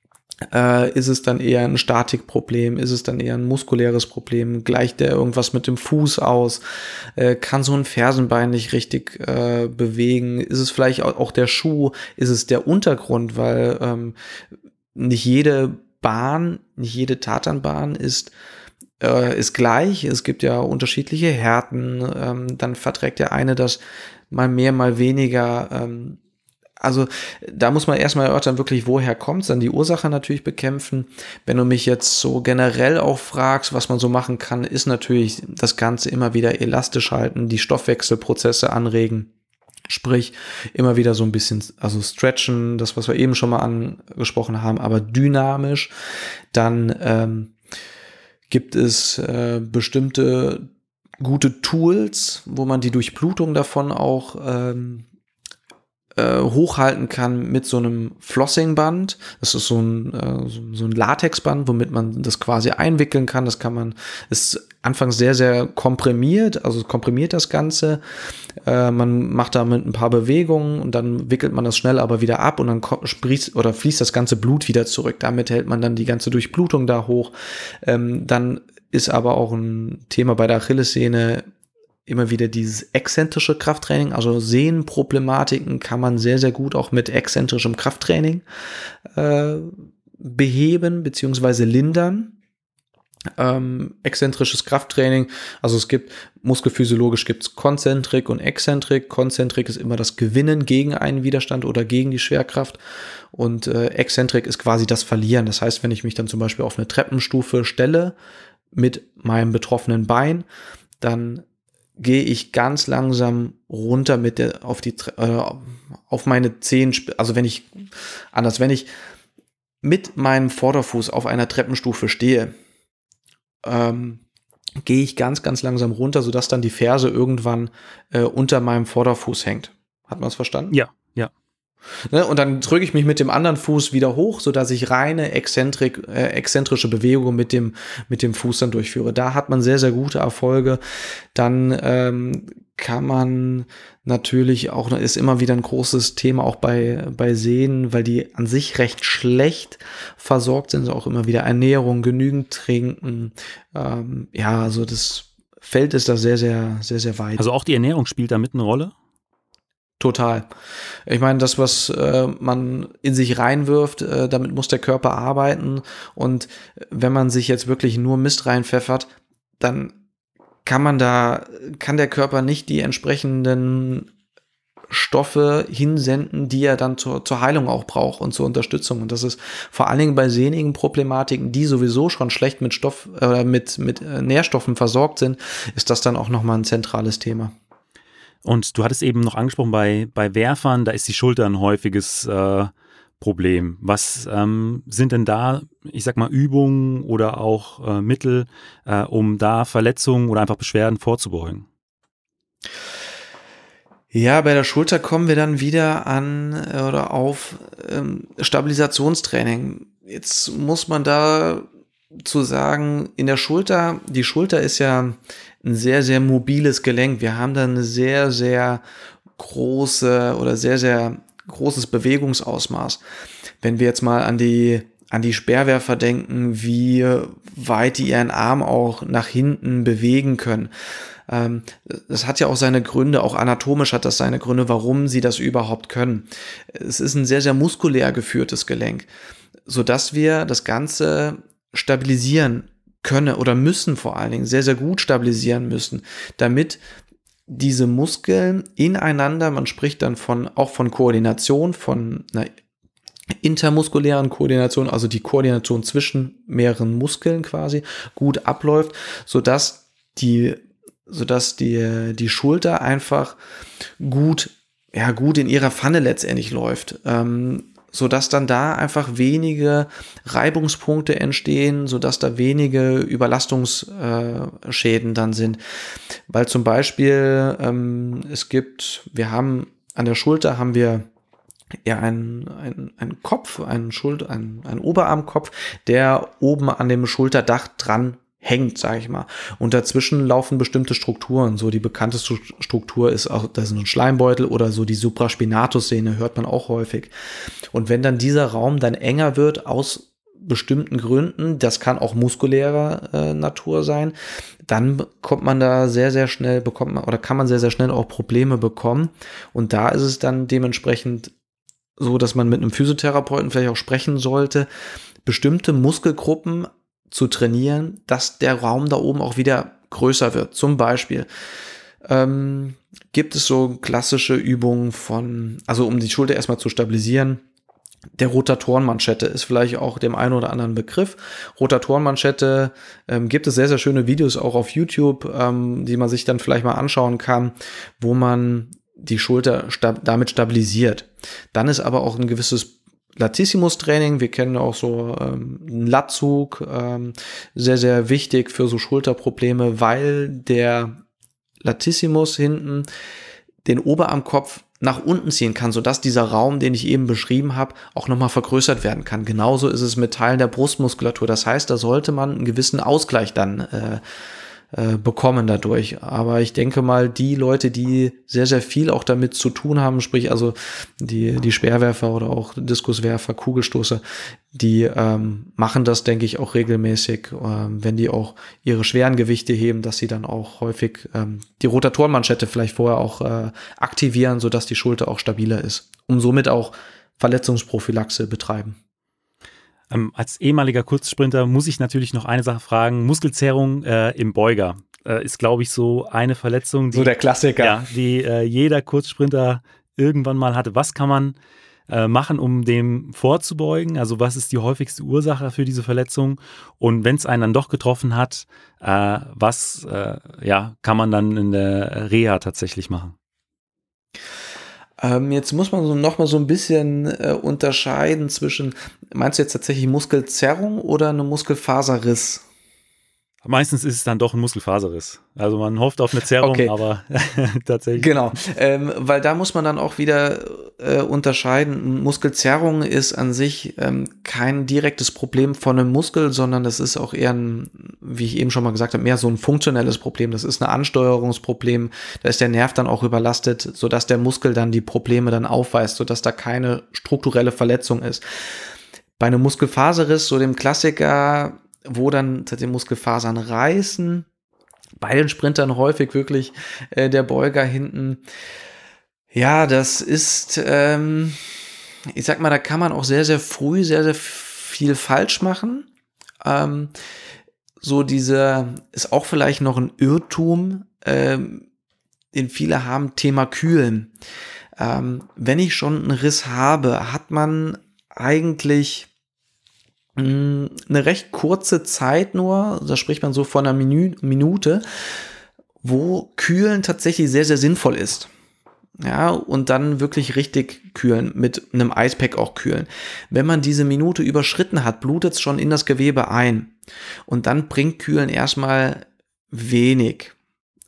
B: Äh, ist es dann eher ein Statikproblem? Ist es dann eher ein muskuläres Problem? Gleicht der irgendwas mit dem Fuß aus? Äh, kann so ein Fersenbein nicht richtig äh, bewegen? Ist es vielleicht auch der Schuh? Ist es der Untergrund? Weil ähm, nicht jede Bahn, nicht jede Tatanbahn ist äh, ist gleich. Es gibt ja unterschiedliche Härten. Ähm, dann verträgt der eine das mal mehr, mal weniger. Ähm, Also da muss man erstmal erörtern, wirklich, woher kommt es, dann die Ursache natürlich bekämpfen. Wenn du mich jetzt so generell auch fragst, was man so machen kann, ist natürlich das Ganze immer wieder elastisch halten, die Stoffwechselprozesse anregen. Sprich, immer wieder so ein bisschen, also stretchen, das, was wir eben schon mal angesprochen haben, aber dynamisch. Dann ähm, gibt es äh, bestimmte gute Tools, wo man die Durchblutung davon auch ähm, hochhalten kann mit so einem Flossingband. Das ist so ein, äh, so ein Latexband, womit man das quasi einwickeln kann. Das kann man, ist anfangs sehr, sehr komprimiert, also komprimiert das Ganze. Äh, man macht damit ein paar Bewegungen und dann wickelt man das schnell aber wieder ab und dann sprießt oder fließt das ganze Blut wieder zurück. Damit hält man dann die ganze Durchblutung da hoch. Ähm, dann ist aber auch ein Thema bei der Achillessehne immer wieder dieses exzentrische Krafttraining, also Sehnenproblematiken kann man sehr, sehr gut auch mit exzentrischem Krafttraining äh, beheben beziehungsweise lindern. Ähm, exzentrisches Krafttraining, also es gibt, muskelphysiologisch gibt es Konzentrik und Exzentrik. Konzentrik ist immer das Gewinnen gegen einen Widerstand oder gegen die Schwerkraft und äh, Exzentrik ist quasi das Verlieren. Das heißt, wenn ich mich dann zum Beispiel auf eine Treppenstufe stelle mit meinem betroffenen Bein, dann gehe ich ganz langsam runter mit der auf die äh, auf meine Zehen, also wenn ich anders, wenn ich mit meinem Vorderfuß auf einer Treppenstufe stehe, ähm, gehe ich ganz, ganz langsam runter, sodass dann die Ferse irgendwann äh, unter meinem Vorderfuß hängt. Hat man es verstanden?
A: Ja, ja.
B: Ne, und dann drücke ich mich mit dem anderen Fuß wieder hoch, sodass ich reine Exzentrik, äh, exzentrische Bewegungen mit dem, mit dem Fuß dann durchführe. Da hat man sehr, sehr gute Erfolge. Dann ähm, kann man natürlich auch, ist immer wieder ein großes Thema auch bei, bei Sehnen, weil die an sich recht schlecht versorgt sind, also auch immer wieder Ernährung, genügend trinken. Ähm, ja, also das Feld ist da sehr, sehr, sehr, sehr weit.
A: Also auch die Ernährung spielt da mit eine Rolle?
B: Total. Ich meine, das, was äh, man in sich reinwirft, äh, damit muss der Körper arbeiten. Und wenn man sich jetzt wirklich nur Mist reinpfeffert, dann kann man da, kann der Körper nicht die entsprechenden Stoffe hinsenden, die er dann zur, zur Heilung auch braucht und zur Unterstützung. Und das ist vor allen Dingen bei sehnigen Problematiken, die sowieso schon schlecht mit Stoff oder äh, mit, mit Nährstoffen versorgt sind, ist das dann auch nochmal ein zentrales Thema.
A: Und du hattest eben noch angesprochen, bei, bei Werfern, da ist die Schulter ein häufiges äh, Problem. Was ähm, sind denn da, ich sag mal, Übungen oder auch äh, Mittel, äh, um da Verletzungen oder einfach Beschwerden vorzubeugen?
B: Ja, bei der Schulter kommen wir dann wieder an oder auf ähm, Stabilisationstraining. Jetzt muss man da zu sagen, in der Schulter, die Schulter ist ja ein sehr, sehr mobiles Gelenk. Wir haben da eine sehr, sehr große oder sehr, sehr großes Bewegungsausmaß. Wenn wir jetzt mal an die, an die Speerwerfer denken, wie weit die ihren Arm auch nach hinten bewegen können. Ähm, das hat ja auch seine Gründe, auch anatomisch hat das seine Gründe, warum sie das überhaupt können. Es ist ein sehr, sehr muskulär geführtes Gelenk, sodass wir das Ganze stabilisieren können oder müssen vor allen Dingen sehr, sehr gut stabilisieren müssen, damit diese Muskeln ineinander, man spricht dann von auch von Koordination, von einer intermuskulären Koordination, also die Koordination zwischen mehreren Muskeln quasi, gut abläuft, sodass die, sodass die, die Schulter einfach gut, ja, gut in ihrer Pfanne letztendlich läuft. Ähm, sodass dann da einfach wenige Reibungspunkte entstehen, sodass da wenige Überlastungsschäden äh, dann sind. Weil zum Beispiel ähm, es gibt, wir haben an der Schulter haben wir ja einen, einen, einen Kopf, einen, Schuld, einen, einen Oberarmkopf, der oben an dem Schulterdach dran hängt, sage ich mal. Und dazwischen laufen bestimmte Strukturen. So die bekannteste Struktur ist auch, das ist ein Schleimbeutel oder so die Supraspinatus-Sehne, hört man auch häufig. Und wenn dann dieser Raum dann enger wird aus bestimmten Gründen, das kann auch muskulärer äh, Natur sein, dann kommt man da sehr, sehr schnell, bekommt man oder kann man sehr, sehr schnell auch Probleme bekommen. Und da ist es dann dementsprechend so, dass man mit einem Physiotherapeuten vielleicht auch sprechen sollte, bestimmte Muskelgruppen zu trainieren, dass der Raum da oben auch wieder größer wird. Zum Beispiel ähm, gibt es so klassische Übungen von, also um die Schulter erstmal zu stabilisieren, der Rotatorenmanschette ist vielleicht auch dem einen oder anderen Begriff. Rotatorenmanschette ähm, gibt es sehr, sehr schöne Videos auch auf YouTube, ähm, die man sich dann vielleicht mal anschauen kann, wo man die Schulter stab- damit stabilisiert. Dann ist aber auch ein gewisses Latissimus-Training, wir kennen auch so ähm, einen Latzug, ähm, sehr, sehr wichtig für so Schulterprobleme, weil der Latissimus hinten den Oberarmkopf nach unten ziehen kann, sodass dieser Raum, den ich eben beschrieben habe, auch nochmal vergrößert werden kann. Genauso ist es mit Teilen der Brustmuskulatur. Das heißt, da sollte man einen gewissen Ausgleich dann äh, äh, bekommen dadurch. Aber ich denke mal, die Leute, die sehr, sehr viel auch damit zu tun haben, sprich also die, die Speerwerfer oder auch Diskuswerfer, Kugelstoßer, die ähm, machen das, denke ich, auch regelmäßig, ähm, wenn die auch ihre schweren Gewichte heben, dass sie dann auch häufig ähm, die Rotatorenmanschette vielleicht vorher auch äh, aktivieren, sodass die Schulter auch stabiler ist, um somit auch Verletzungsprophylaxe betreiben.
A: Ähm, als ehemaliger Kurzsprinter muss ich natürlich noch eine Sache fragen. Muskelzerrung äh, im Beuger äh, ist, glaube ich, so eine Verletzung, die,
B: so der Klassiker.
A: Ja, die äh, jeder Kurzsprinter irgendwann mal hatte. Was kann man äh, machen, um dem vorzubeugen? Also was ist die häufigste Ursache für diese Verletzung? Und wenn es einen dann doch getroffen hat, äh, was äh, ja, kann man dann in der Reha tatsächlich machen?
B: Ähm, jetzt muss man so noch mal so ein bisschen äh, unterscheiden zwischen, meinst du jetzt tatsächlich Muskelzerrung oder eine Muskelfaserriss?
A: Meistens ist es dann doch ein Muskelfaserriss. Also man hofft auf eine Zerrung,
B: okay.
A: aber tatsächlich.
B: Genau, ähm, weil da muss man dann auch wieder äh, unterscheiden. Muskelzerrung ist an sich ähm, kein direktes Problem von einem Muskel, sondern das ist auch eher ein, wie ich eben schon mal gesagt habe, mehr so ein funktionelles Problem. Das ist ein Ansteuerungsproblem. Da ist der Nerv dann auch überlastet, sodass der Muskel dann die Probleme dann aufweist, sodass da keine strukturelle Verletzung ist. Bei einem Muskelfaserriss, so dem Klassiker, wo dann die Muskelfasern reißen, bei den Sprintern häufig wirklich äh, der Beuger hinten. Ja, das ist, ähm, ich sag mal, da kann man auch sehr, sehr früh sehr, sehr viel falsch machen. Ähm, so diese, ist auch vielleicht noch ein Irrtum, ähm, den viele haben, Thema Kühlen. Ähm, wenn ich schon einen Riss habe, hat man eigentlich eine recht kurze Zeit nur, da spricht man so von einer Minü- Minute, wo Kühlen tatsächlich sehr, sehr sinnvoll ist. Ja, und dann wirklich richtig kühlen, mit einem Eispack auch kühlen. Wenn man diese Minute überschritten hat, blutet es schon in das Gewebe ein. Und dann bringt Kühlen erstmal wenig.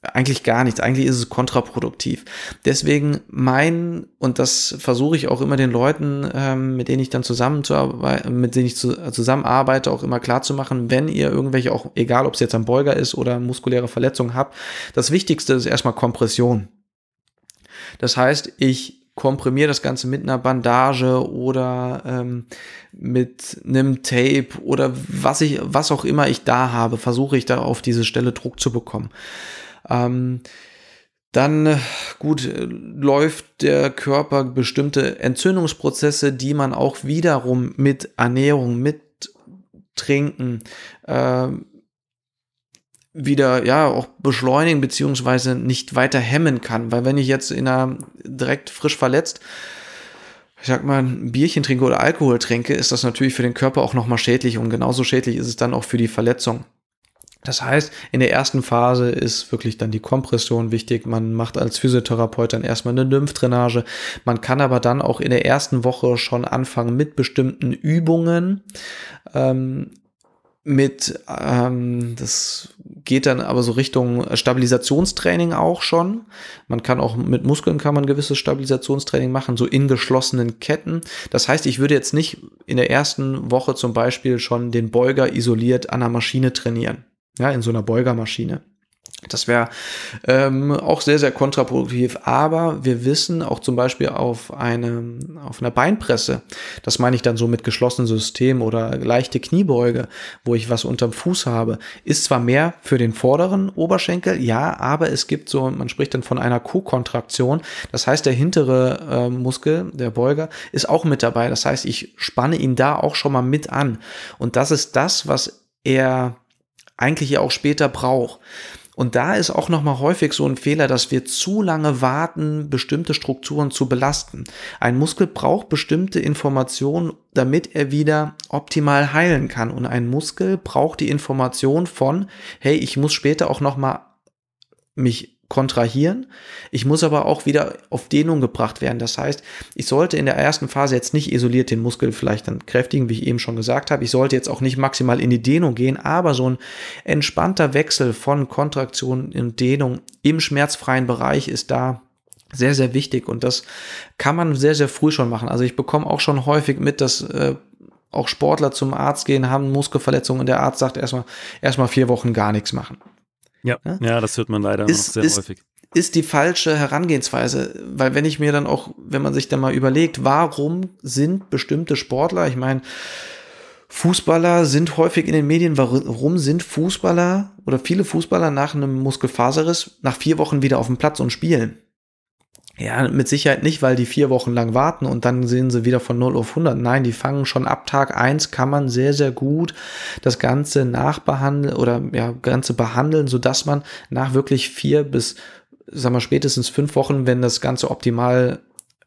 B: eigentlich gar nichts. Eigentlich ist es kontraproduktiv. Deswegen mein, und das versuche ich auch immer den Leuten, ähm, mit denen ich dann zusammenzuarbeiten, mit denen ich zu, zusammenarbeite, auch immer klar zu machen, wenn ihr irgendwelche, auch egal ob es jetzt am Beuger ist oder muskuläre Verletzungen habt, das Wichtigste ist erstmal Kompression. Das heißt, ich komprimiere das Ganze mit einer Bandage oder ähm, mit einem Tape oder was ich, was auch immer ich da habe, versuche ich da auf diese Stelle Druck zu bekommen. Ähm, dann, gut, läuft der Körper bestimmte Entzündungsprozesse, die man auch wiederum mit Ernährung, mit Trinken, äh, wieder, ja, auch beschleunigen beziehungsweise nicht weiter hemmen kann, weil wenn ich jetzt in einer direkt frisch verletzt, ich sag mal, ein Bierchen trinke oder Alkohol trinke, ist das natürlich für den Körper auch nochmal schädlich und genauso schädlich ist es dann auch für die Verletzung. Das heißt, in der ersten Phase ist wirklich dann die Kompression wichtig. Man macht als Physiotherapeut dann erstmal eine Lymphdrainage. Man kann aber dann auch in der ersten Woche schon anfangen mit bestimmten Übungen, ähm, mit, ähm, das geht dann aber so Richtung Stabilisationstraining auch schon. Man kann auch mit Muskeln kann man gewisses Stabilisationstraining machen, so in geschlossenen Ketten. Das heißt, ich würde jetzt nicht in der ersten Woche zum Beispiel schon den Beuger isoliert an der Maschine trainieren. Ja, in so einer Beugermaschine. Das wäre ähm, auch sehr, sehr kontraproduktiv. Aber wir wissen auch zum Beispiel auf, eine, auf einer Beinpresse, das meine ich dann so mit geschlossenem System oder leichte Kniebeuge, wo ich was unterm Fuß habe, ist zwar mehr für den vorderen Oberschenkel, ja, aber es gibt so, man spricht dann von einer Co-Kontraktion. Das heißt, der hintere äh, Muskel, der Beuger, ist auch mit dabei. Das heißt, ich spanne ihn da auch schon mal mit an. Und das ist das, was er eigentlich ja auch später braucht. Und da ist auch nochmal häufig so ein Fehler, dass wir zu lange warten, bestimmte Strukturen zu belasten. Ein Muskel braucht bestimmte Informationen, damit er wieder optimal heilen kann. Und ein Muskel braucht die Information von, hey, ich muss später auch nochmal mich kontrahieren. Ich muss aber auch wieder auf Dehnung gebracht werden. Das heißt, ich sollte in der ersten Phase jetzt nicht isoliert den Muskel vielleicht dann kräftigen, wie ich eben schon gesagt habe. Ich sollte jetzt auch nicht maximal in die Dehnung gehen, aber so ein entspannter Wechsel von Kontraktion in Dehnung im schmerzfreien Bereich ist da sehr, sehr wichtig und das kann man sehr, sehr früh schon machen. Also ich bekomme auch schon häufig mit, dass äh, auch Sportler zum Arzt gehen, haben Muskelverletzungen und der Arzt sagt erstmal erstmal vier Wochen gar nichts machen.
A: Ja, ja, ja, das hört man leider
B: ist,
A: noch sehr
B: ist,
A: häufig.
B: Ist die falsche Herangehensweise, weil wenn ich mir dann auch, wenn man sich dann mal überlegt, warum sind bestimmte Sportler, ich meine, Fußballer sind häufig in den Medien, warum sind Fußballer oder viele Fußballer nach einem Muskelfaserriss nach vier Wochen wieder auf dem Platz und spielen? Ja, mit Sicherheit nicht, weil die vier Wochen lang warten und dann sehen sie wieder von null auf hundert. Nein, die fangen schon ab Tag eins, kann man sehr, sehr gut das Ganze nachbehandeln oder ja, Ganze behandeln, sodass man nach wirklich vier bis, sagen wir spätestens fünf Wochen, wenn das Ganze optimal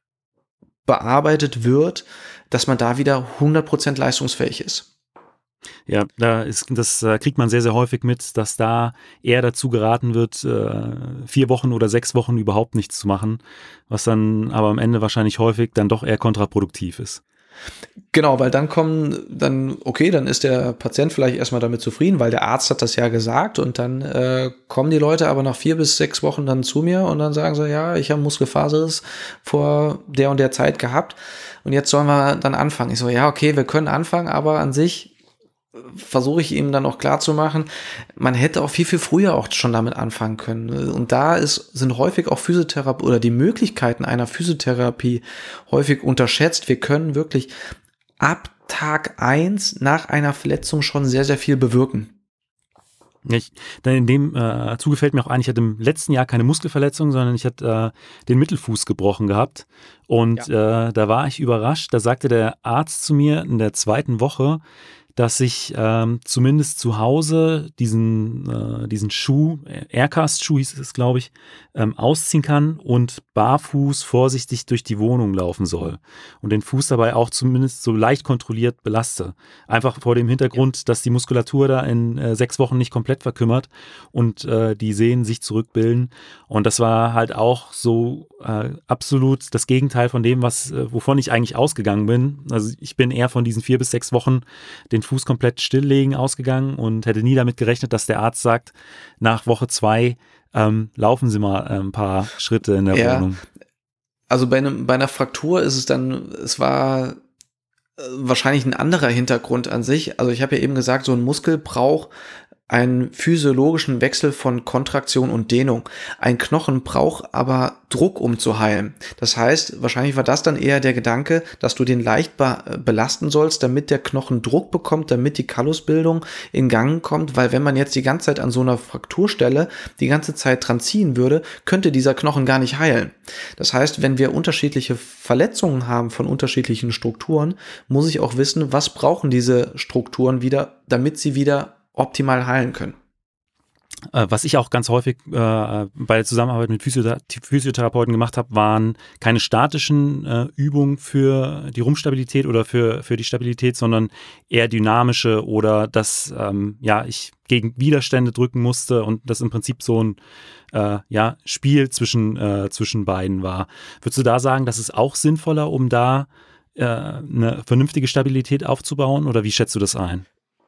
B: bearbeitet wird, dass man da wieder hundert Prozent leistungsfähig ist.
A: Ja, da ist, das äh, kriegt man sehr, sehr häufig mit, dass da eher dazu geraten wird, äh, vier Wochen oder sechs Wochen überhaupt nichts zu machen, was dann aber am Ende wahrscheinlich häufig dann doch eher kontraproduktiv ist.
B: Genau, weil dann kommen, dann, okay, dann ist der Patient vielleicht erstmal damit zufrieden, weil der Arzt hat das ja gesagt und dann äh, kommen die Leute aber nach vier bis sechs Wochen dann zu mir und dann sagen sie, ja, ich habe Muskelfaserriss vor der und der Zeit gehabt und jetzt sollen wir dann anfangen. Ich so, ja, okay, wir können anfangen, aber an sich versuche ich ihm dann auch klar zu machen, man hätte auch viel, viel früher auch schon damit anfangen können. Und da ist, sind häufig auch Physiotherapie oder die Möglichkeiten einer Physiotherapie häufig unterschätzt. Wir können wirklich ab Tag eins nach einer Verletzung schon sehr, sehr viel bewirken.
A: Ich, dann in dem äh, Zuge fällt mir auch ein, ich hatte im letzten Jahr keine Muskelverletzung, sondern ich hatte äh, den Mittelfuß gebrochen gehabt und ja. äh, da war ich überrascht, da sagte der Arzt zu mir in der zweiten Woche, dass ich ähm, zumindest zu Hause diesen, äh, diesen Schuh, Aircast-Schuh hieß es, glaube ich, ähm, ausziehen kann und barfuß vorsichtig durch die Wohnung laufen soll. Und den Fuß dabei auch zumindest so leicht kontrolliert belaste. Einfach vor dem Hintergrund, ja. dass die Muskulatur da in äh, sechs Wochen nicht komplett verkümmert und äh, die Sehnen sich zurückbilden. Und das war halt auch so äh, absolut das Gegenteil von dem, was, äh, wovon ich eigentlich ausgegangen bin. Also ich bin eher von diesen vier bis sechs Wochen den Fuß komplett stilllegen ausgegangen und hätte nie damit gerechnet, dass der Arzt sagt, nach Woche zwei ähm, laufen Sie mal ein paar Schritte in der
B: ja,
A: Wohnung.
B: Also bei, einem, bei einer Fraktur ist es dann, es war äh, wahrscheinlich ein anderer Hintergrund an sich. Also ich habe ja eben gesagt, so ein Muskel braucht einen physiologischen Wechsel von Kontraktion und Dehnung. Ein Knochen braucht aber Druck, um zu heilen. Das heißt, wahrscheinlich war das dann eher der Gedanke, dass du den leicht be- belasten sollst, damit der Knochen Druck bekommt, damit die Kallusbildung in Gang kommt, weil wenn man jetzt die ganze Zeit an so einer Frakturstelle die ganze Zeit dran ziehen würde, könnte dieser Knochen gar nicht heilen. Das heißt, wenn wir unterschiedliche Verletzungen haben von unterschiedlichen Strukturen, muss ich auch wissen, was brauchen diese Strukturen wieder, damit sie wieder optimal heilen können.
A: Was ich auch ganz häufig äh, bei der Zusammenarbeit mit Physiothera- Physiotherapeuten gemacht habe, waren keine statischen äh, Übungen für die Rumpfstabilität oder für, für die Stabilität, sondern eher dynamische oder dass ähm, ja, ich gegen Widerstände drücken musste und das im Prinzip so ein äh, ja, Spiel zwischen, äh, zwischen beiden war. Würdest du da sagen, das ist auch sinnvoller, um da äh, eine vernünftige Stabilität aufzubauen oder wie schätzt du das ein?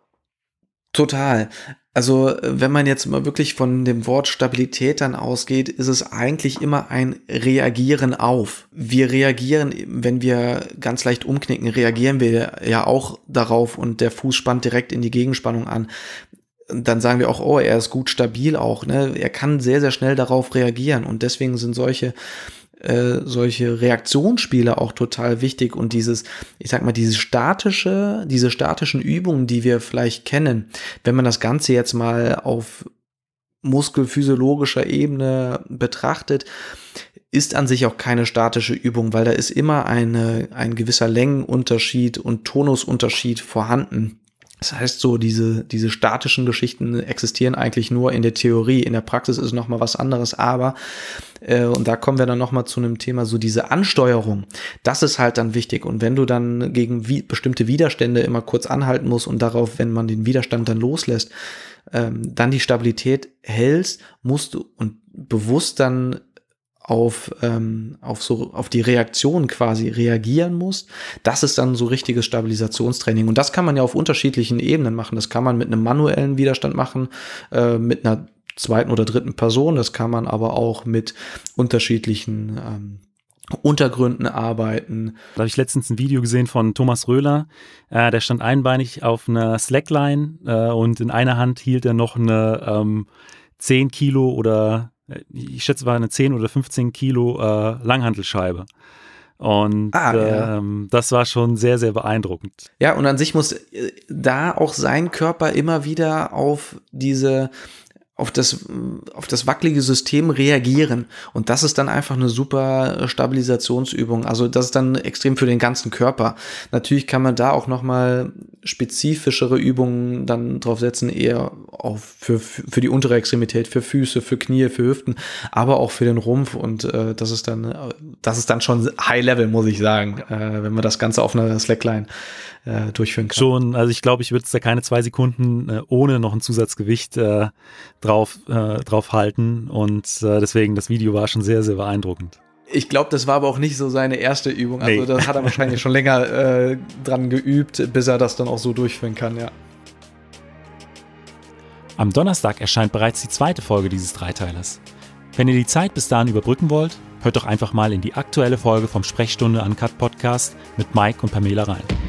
B: Total. Also wenn man jetzt mal wirklich von dem Wort Stabilität dann ausgeht, ist es eigentlich immer ein Reagieren auf. Wir reagieren, wenn wir ganz leicht umknicken, reagieren wir ja auch darauf und der Fuß spannt direkt in die Gegenspannung an. Dann sagen wir auch, oh, er ist gut stabil auch, ne? Er kann sehr, sehr schnell darauf reagieren und deswegen sind solche Äh, solche Reaktionsspiele auch total wichtig und dieses, ich sag mal, diese statische, diese statischen Übungen, die wir vielleicht kennen, wenn man das Ganze jetzt mal auf muskelphysiologischer Ebene betrachtet, ist an sich auch keine statische Übung, weil da ist immer eine, ein gewisser Längenunterschied und Tonusunterschied vorhanden. Das heißt so, diese, diese statischen Geschichten existieren eigentlich nur in der Theorie. In der Praxis ist noch mal was anderes, aber, äh, und da kommen wir dann noch mal zu einem Thema, so diese Ansteuerung, das ist halt dann wichtig. Und wenn du dann gegen wie, bestimmte Widerstände immer kurz anhalten musst und darauf, wenn man den Widerstand dann loslässt, ähm, dann die Stabilität hältst, musst du und bewusst dann auf, ähm, auf so, auf die Reaktion quasi reagieren musst, das ist dann so richtiges Stabilisationstraining. Und das kann man ja auf unterschiedlichen Ebenen machen. Das kann man mit einem manuellen Widerstand machen, äh, mit einer zweiten oder dritten Person. Das kann man aber auch mit unterschiedlichen ähm, Untergründen arbeiten.
A: Da habe ich letztens ein Video gesehen von Thomas Röhler, äh, der stand einbeinig auf einer Slackline äh, und in einer Hand hielt er noch eine ähm, zehn Kilo oder ich schätze, war eine zehn oder fünfzehn Kilo äh, Langhantelscheibe. Und ah, ja. ähm, das war schon sehr, sehr beeindruckend.
B: Ja, und an sich muss äh, da auch sein Körper immer wieder auf diese, auf das, auf das wackelige System reagieren. Und das ist dann einfach eine super Stabilisationsübung. Also das ist dann extrem für den ganzen Körper. Natürlich kann man da auch nochmal spezifischere Übungen dann drauf setzen, eher auf für, für die untere Extremität, für Füße, für Knie, für Hüften, aber auch für den Rumpf. Und äh, das ist dann, das ist dann schon High Level, muss ich sagen, äh, wenn man das Ganze auf einer Slackline äh, durchführen kann.
A: Schon, also ich glaube, ich würde es da keine zwei Sekunden äh, ohne noch ein Zusatzgewicht äh, drauf, äh, drauf halten. Und äh, deswegen, das Video war schon sehr, sehr beeindruckend.
B: Ich glaube, das war aber auch nicht so seine erste Übung. Also nee. Da hat er wahrscheinlich schon länger äh, dran geübt, bis er das dann auch so durchführen kann, ja.
A: Am Donnerstag erscheint bereits die zweite Folge dieses Dreiteilers. Wenn ihr die Zeit bis dahin überbrücken wollt, hört doch einfach mal in die aktuelle Folge vom Sprechstunde Uncut Podcast mit Mike und Pamela rein.